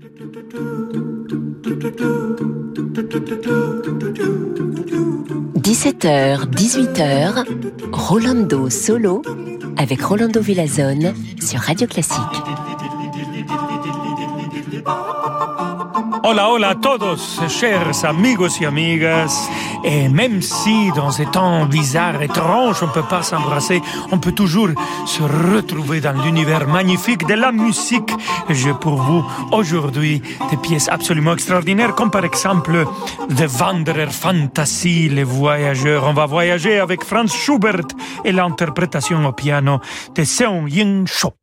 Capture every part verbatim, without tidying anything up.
dix-sept heures, dix-huit heures, Rolando Solo avec Rolando Villazone sur Radio Classique. Hola, hola a todos, chers amigos y amigas. Et même si dans ces temps bizarres, étranges, on ne peut pas s'embrasser, on peut toujours se retrouver dans l'univers magnifique de la musique. J'ai pour vous aujourd'hui des pièces absolument extraordinaires, comme par exemple The Wanderer Fantasy, les voyageurs. On va voyager avec Franz Schubert et l'interprétation au piano de Seung Yin Cho.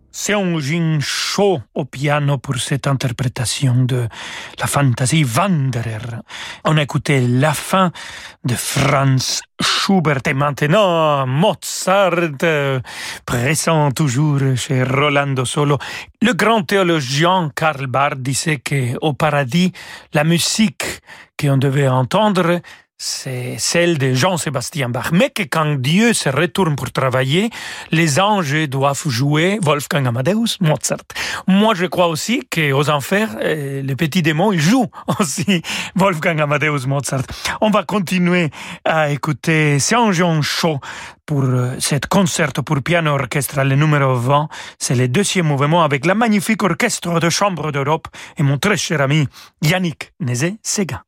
Seong-Jin Cho au piano pour cette interprétation de la fantaisie Wanderer. On a écouté la fin de Franz Schubert et maintenant Mozart, euh, présent toujours chez Rolando Solo. Le grand théologien Karl Barth disait qu'au paradis, la musique qu'on devait entendre, c'est celle de Jean-Sébastien Bach. Mais que quand Dieu se retourne pour travailler, les anges doivent jouer Wolfgang Amadeus Mozart. Moi, je crois aussi qu'aux enfers, euh, les petits démons, ils jouent aussi Wolfgang Amadeus Mozart. On va continuer à écouter Seong-Jin Cho pour euh, cette concerto pour piano orchestre, le numéro vingt. C'est le deuxième mouvement avec la magnifique orchestre de chambre d'Europe et mon très cher ami Yannick Nézet-Séguin.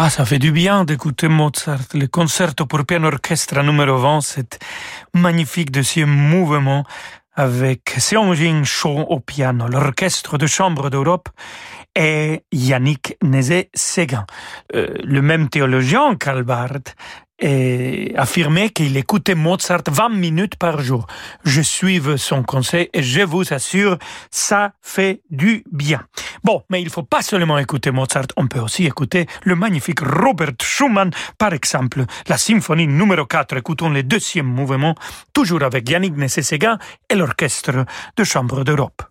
Ah, ça fait du bien d'écouter Mozart. Le concerto pour piano orchestre numéro vingt, c'est magnifique deuxième mouvement avec Seong-Jin Cho au piano, l'orchestre de chambre d'Europe et Yannick Nézet-Séguin. Euh, le même théologien, Karl Barth, et affirmait qu'il écoutait Mozart vingt minutes par jour. Je suive son conseil et je vous assure, ça fait du bien. Bon, mais il ne faut pas seulement écouter Mozart, on peut aussi écouter le magnifique Robert Schumann, par exemple, la symphonie numéro quatre. Écoutons le deuxième mouvement, toujours avec Yannick Nézet-Séguin et l'orchestre de chambre d'Europe.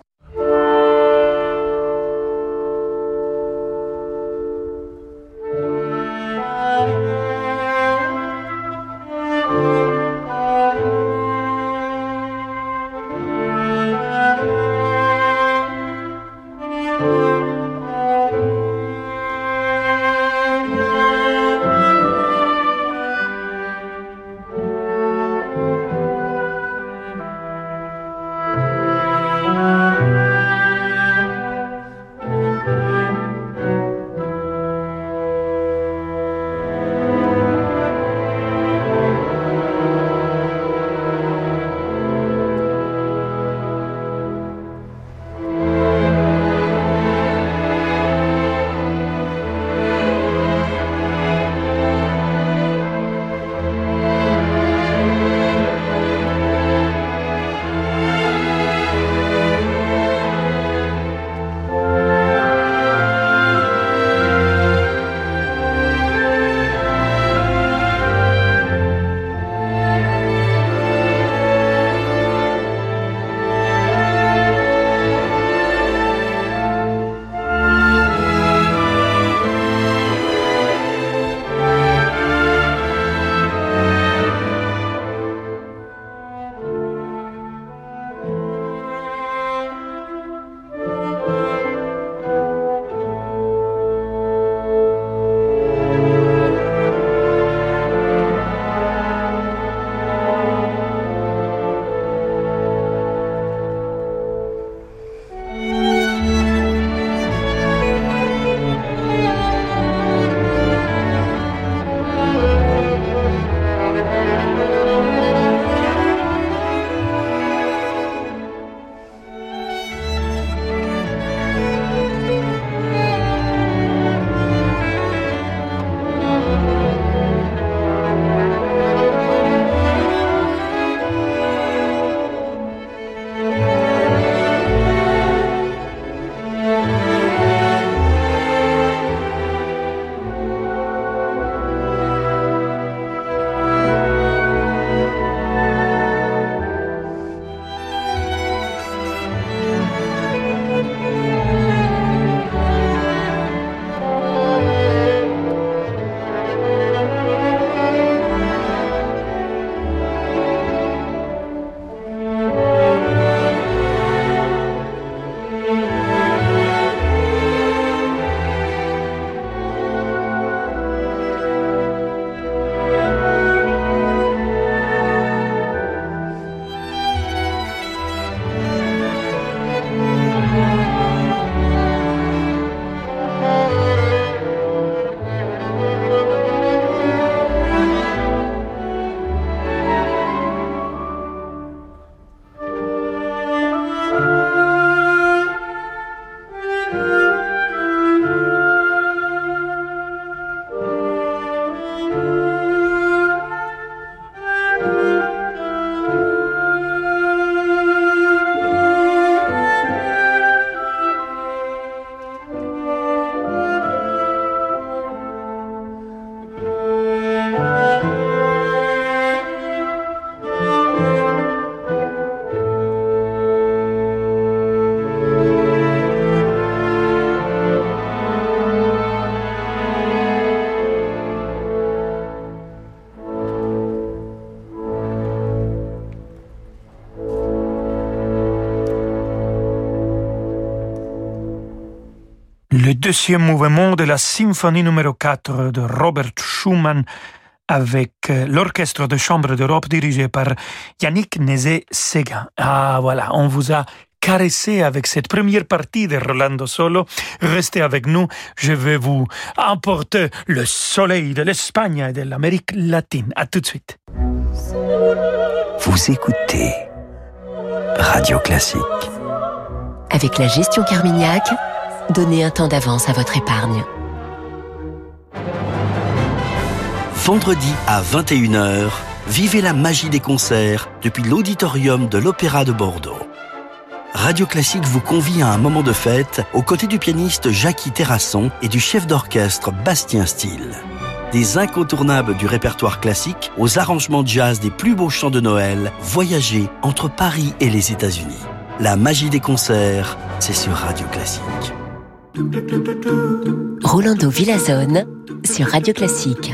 Le deuxième mouvement de la symphonie numéro quatre de Robert Schumann avec l'orchestre de chambre d'Europe dirigé par Yannick Nézet-Séguin. Ah voilà, on vous a caresser avec cette première partie de Rolando Solo. Restez avec nous, je vais vous emporter le soleil de l'Espagne et de l'Amérique latine. À tout de suite. Vous écoutez Radio Classique. Avec la gestion Carmignac, donnez un temps d'avance à votre épargne. Vendredi à vingt et une heures, vivez la magie des concerts depuis l'auditorium de l'Opéra de Bordeaux. Radio Classique vous convie à un moment de fête aux côtés du pianiste Jackie Terrasson et du chef d'orchestre Bastien Steele. Des incontournables du répertoire classique aux arrangements jazz des plus beaux chants de Noël, voyagez entre Paris et les États-Unis. La magie des concerts, c'est sur Radio Classique. Rolando Villazone sur Radio Classique.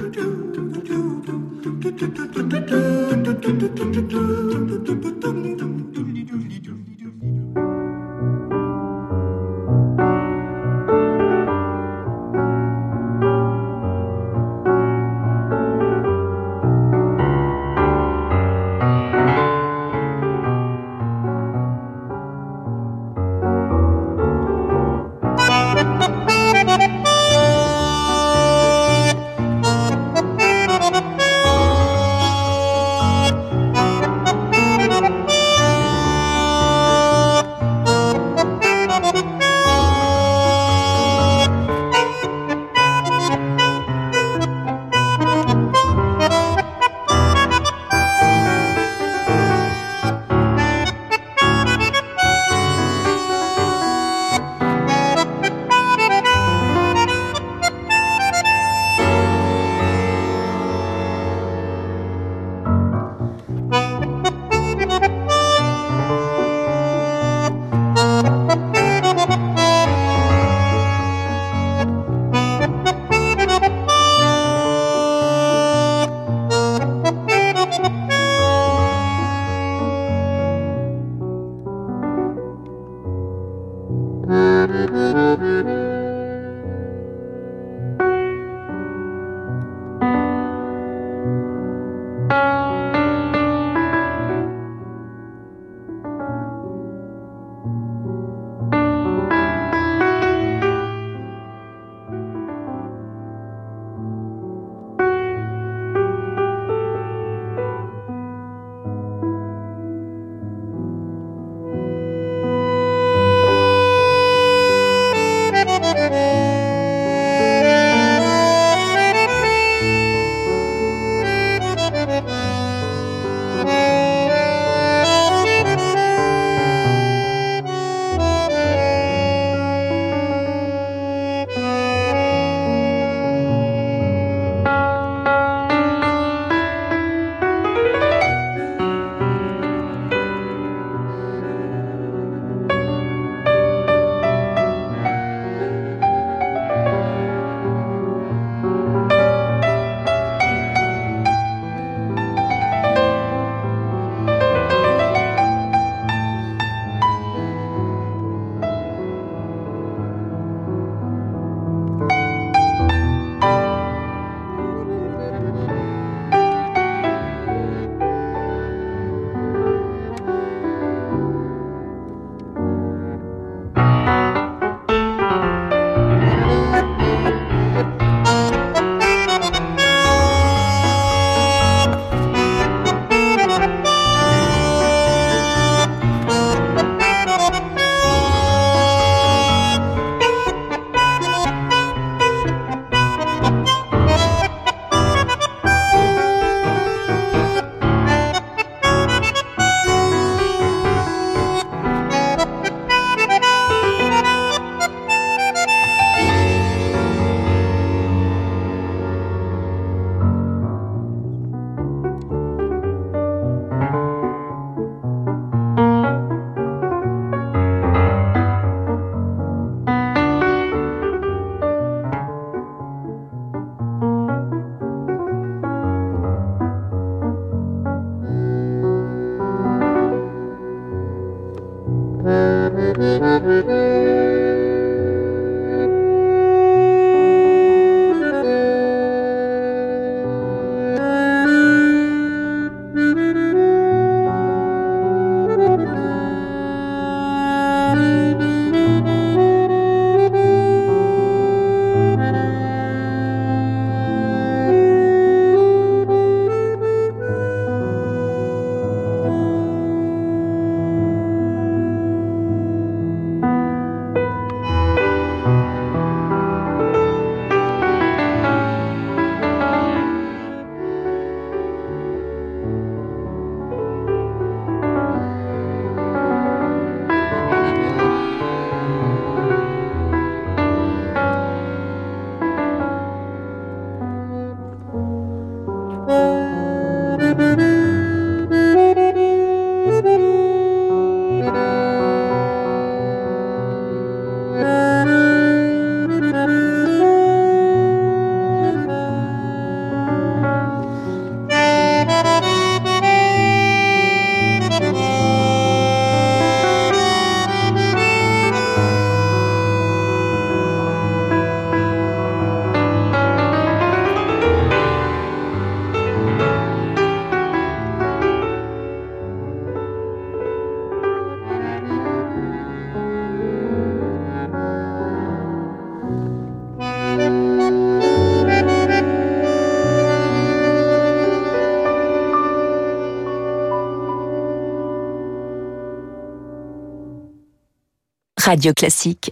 Radio Classique.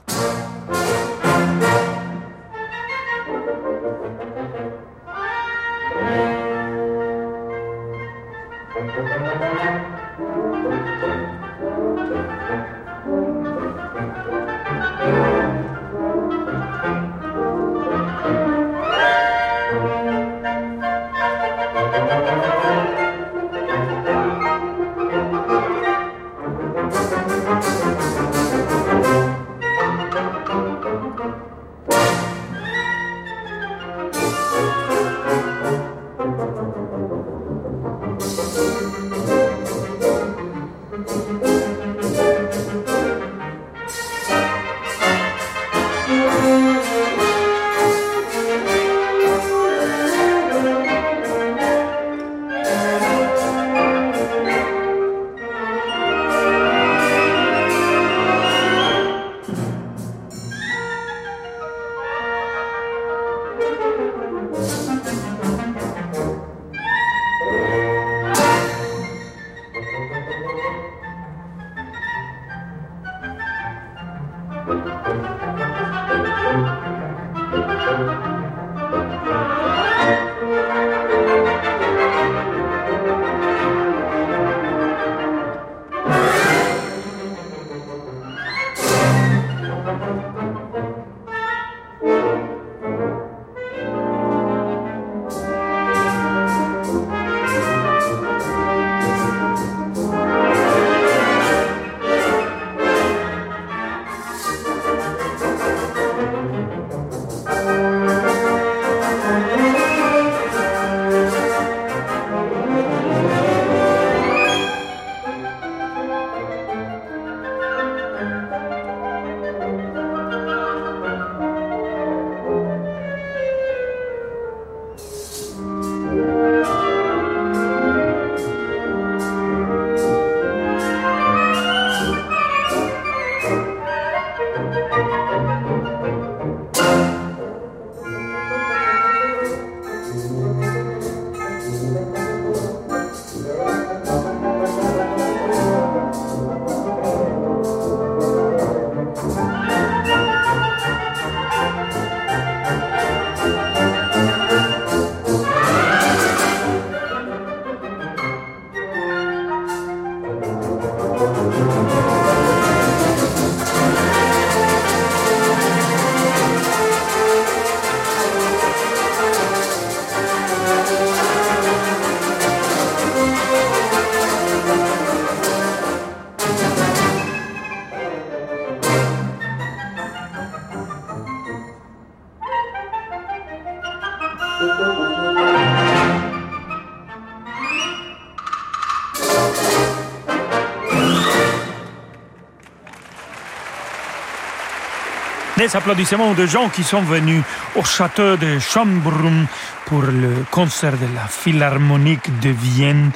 Des applaudissements de gens qui sont venus au château de Schönbrunn pour le concert de la Philharmonique de Vienne,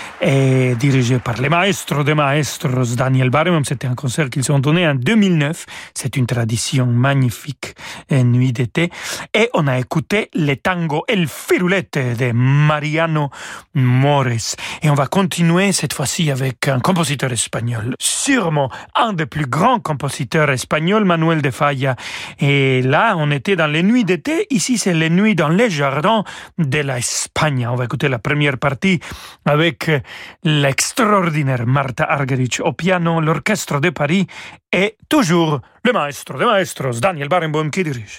et dirigé par le maestro de maestros Daniel Barenboim. C'était un concert qu'ils ont donné en deux mille neuf. C'est une tradition magnifique, une nuit d'été. Et on a écouté le tango El Firulete de Mariano Mores. Et on va continuer cette fois-ci avec un compositeur espagnol. Sûrement un des plus grands compositeurs espagnols, Manuel de Falla. Et là, on était dans les nuits d'été. Ici, c'est les nuits dans les jardins de l'Espagne. On va écouter la première partie avec l'extraordinaire Marta Argerich au piano, l'Orchestre de Paris et toujours le maestro de maestros Daniel Barenboim qui dirige.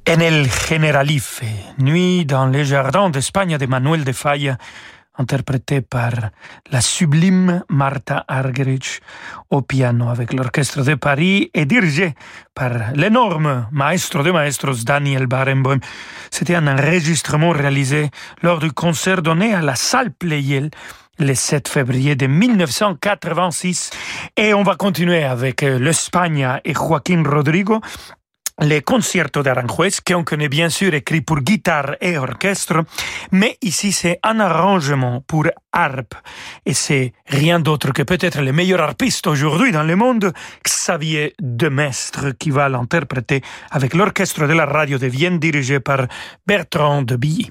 En el Generalife, Nuit dans les jardins d'Espagne de Manuel de Falla, interprété par la sublime Marta Argerich au piano avec l'Orchestre de Paris et dirigé par l'énorme maestro de maestros Daniel Barenboim. C'était un enregistrement réalisé lors du concert donné à la salle Pleyel le sept février de mille neuf cent quatre-vingt-six. Et on va continuer avec l'Espagne et Joaquín Rodrigo. Les concertos d'Aranjuez, qu'on connaît bien sûr, écrit pour guitare et orchestre, mais ici c'est un arrangement pour harpe. Et c'est rien d'autre que peut-être le meilleur harpiste aujourd'hui dans le monde, Xavier Demestre, qui va l'interpréter avec l'orchestre de la radio de Vienne dirigé par Bertrand de Billy.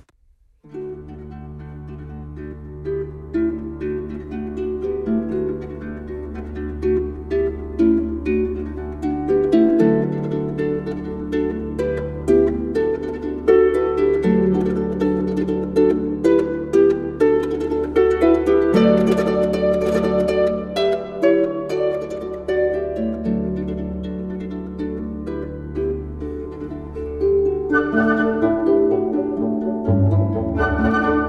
Thank you.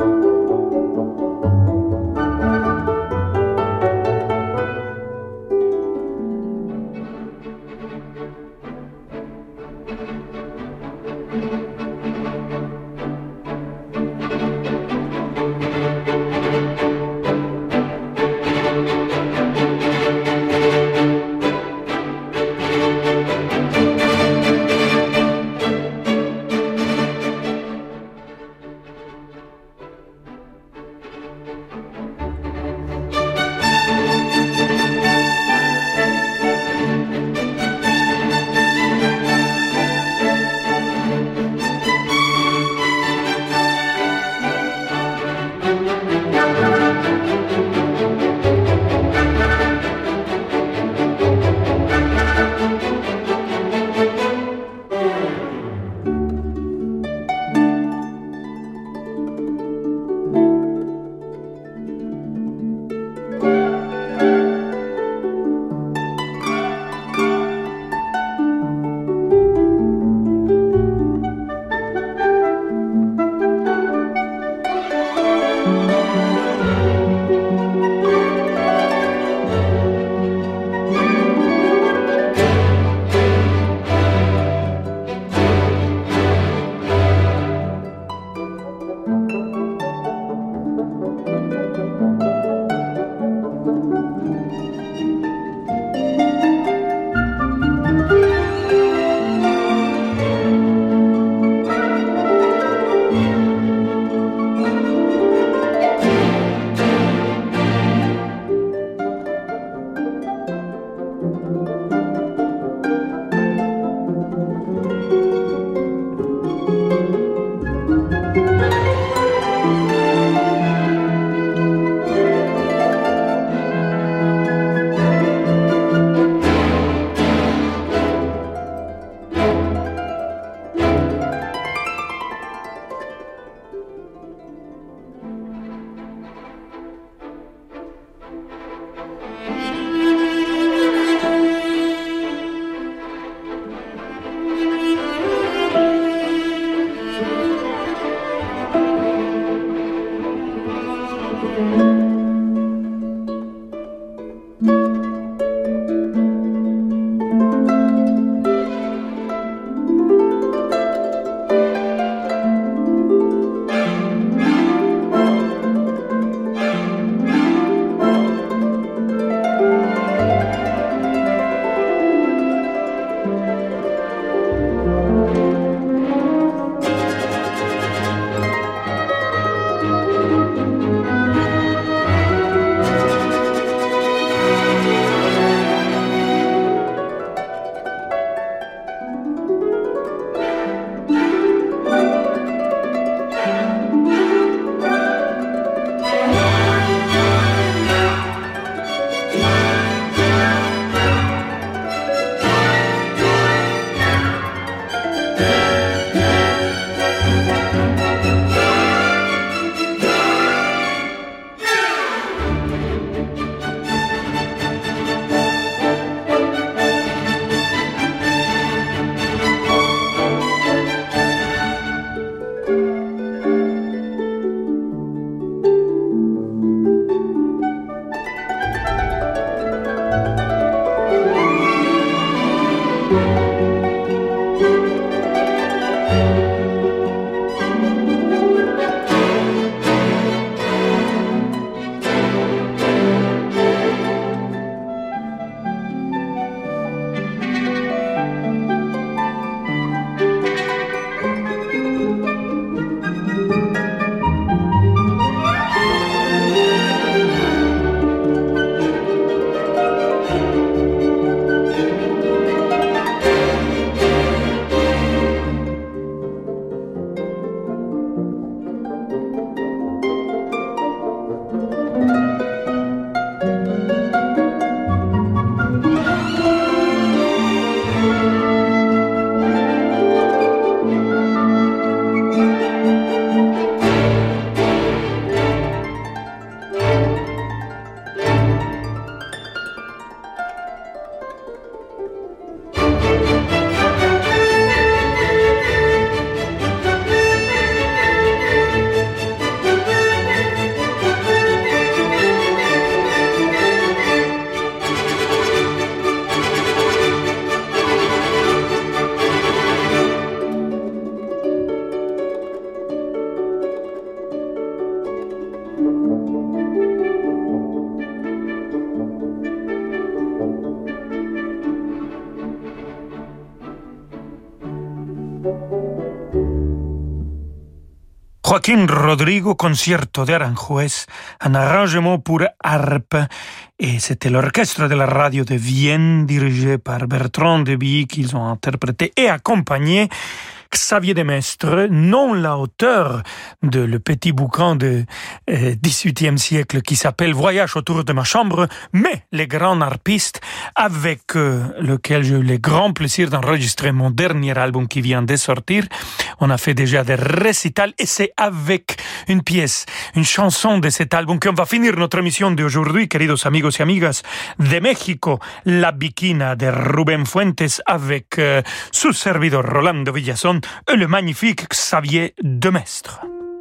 Joaquín Rodrigo, concierto de Aranjuez, un arrangement pour harpe. Et c'était l'orchestre de la radio de Vienne, dirigé par Bertrand Debilly, qu'ils ont interprété et accompagné Xavier Demestre, non l'auteur de le petit bouquin du dix-huitième siècle qui s'appelle Voyage autour de ma chambre, mais le grand harpiste avec euh, lequel j'ai eu le grand plaisir d'enregistrer mon dernier album qui vient de sortir. On a fait déjà des récitals et c'est avec une pièce, une chanson de cet album qu'on va finir notre émission d'aujourd'hui, queridos amigos y amigas, de México, La Bikina de Rubén Fuentes avec euh, su servidor Rolando Villazón et le magnifique Xavier Demestre.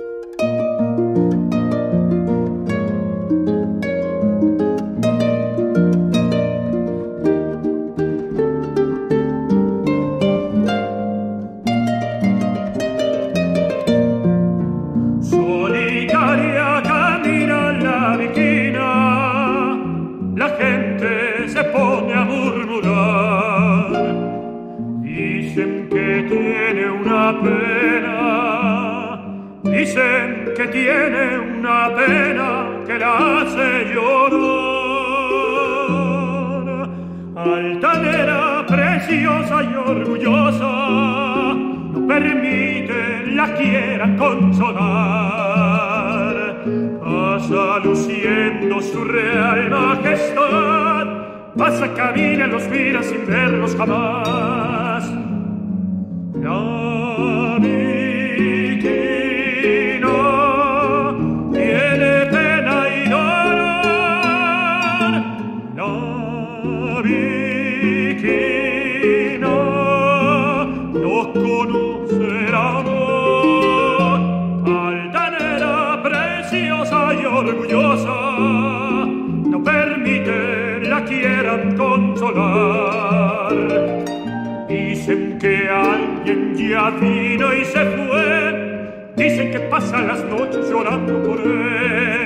Solitaria camina la Bikina, la gente se pone a murmurar. Dicen que tiene una pena, dicen que tiene una pena que la hace llorar. Altanera, preciosa y orgullosa, no permite la quieran consolar. Pasa luciendo su real majestad, pasa, camina, los mira sin verlos jamás. La Bikina tiene pena y dolor. La Bikina no conoce el amor. Altanera, preciosa y orgullosa, no permite la quieran consolar. Dicen que alguien ya vino y se fue, dicen que pasa las noches llorando por él.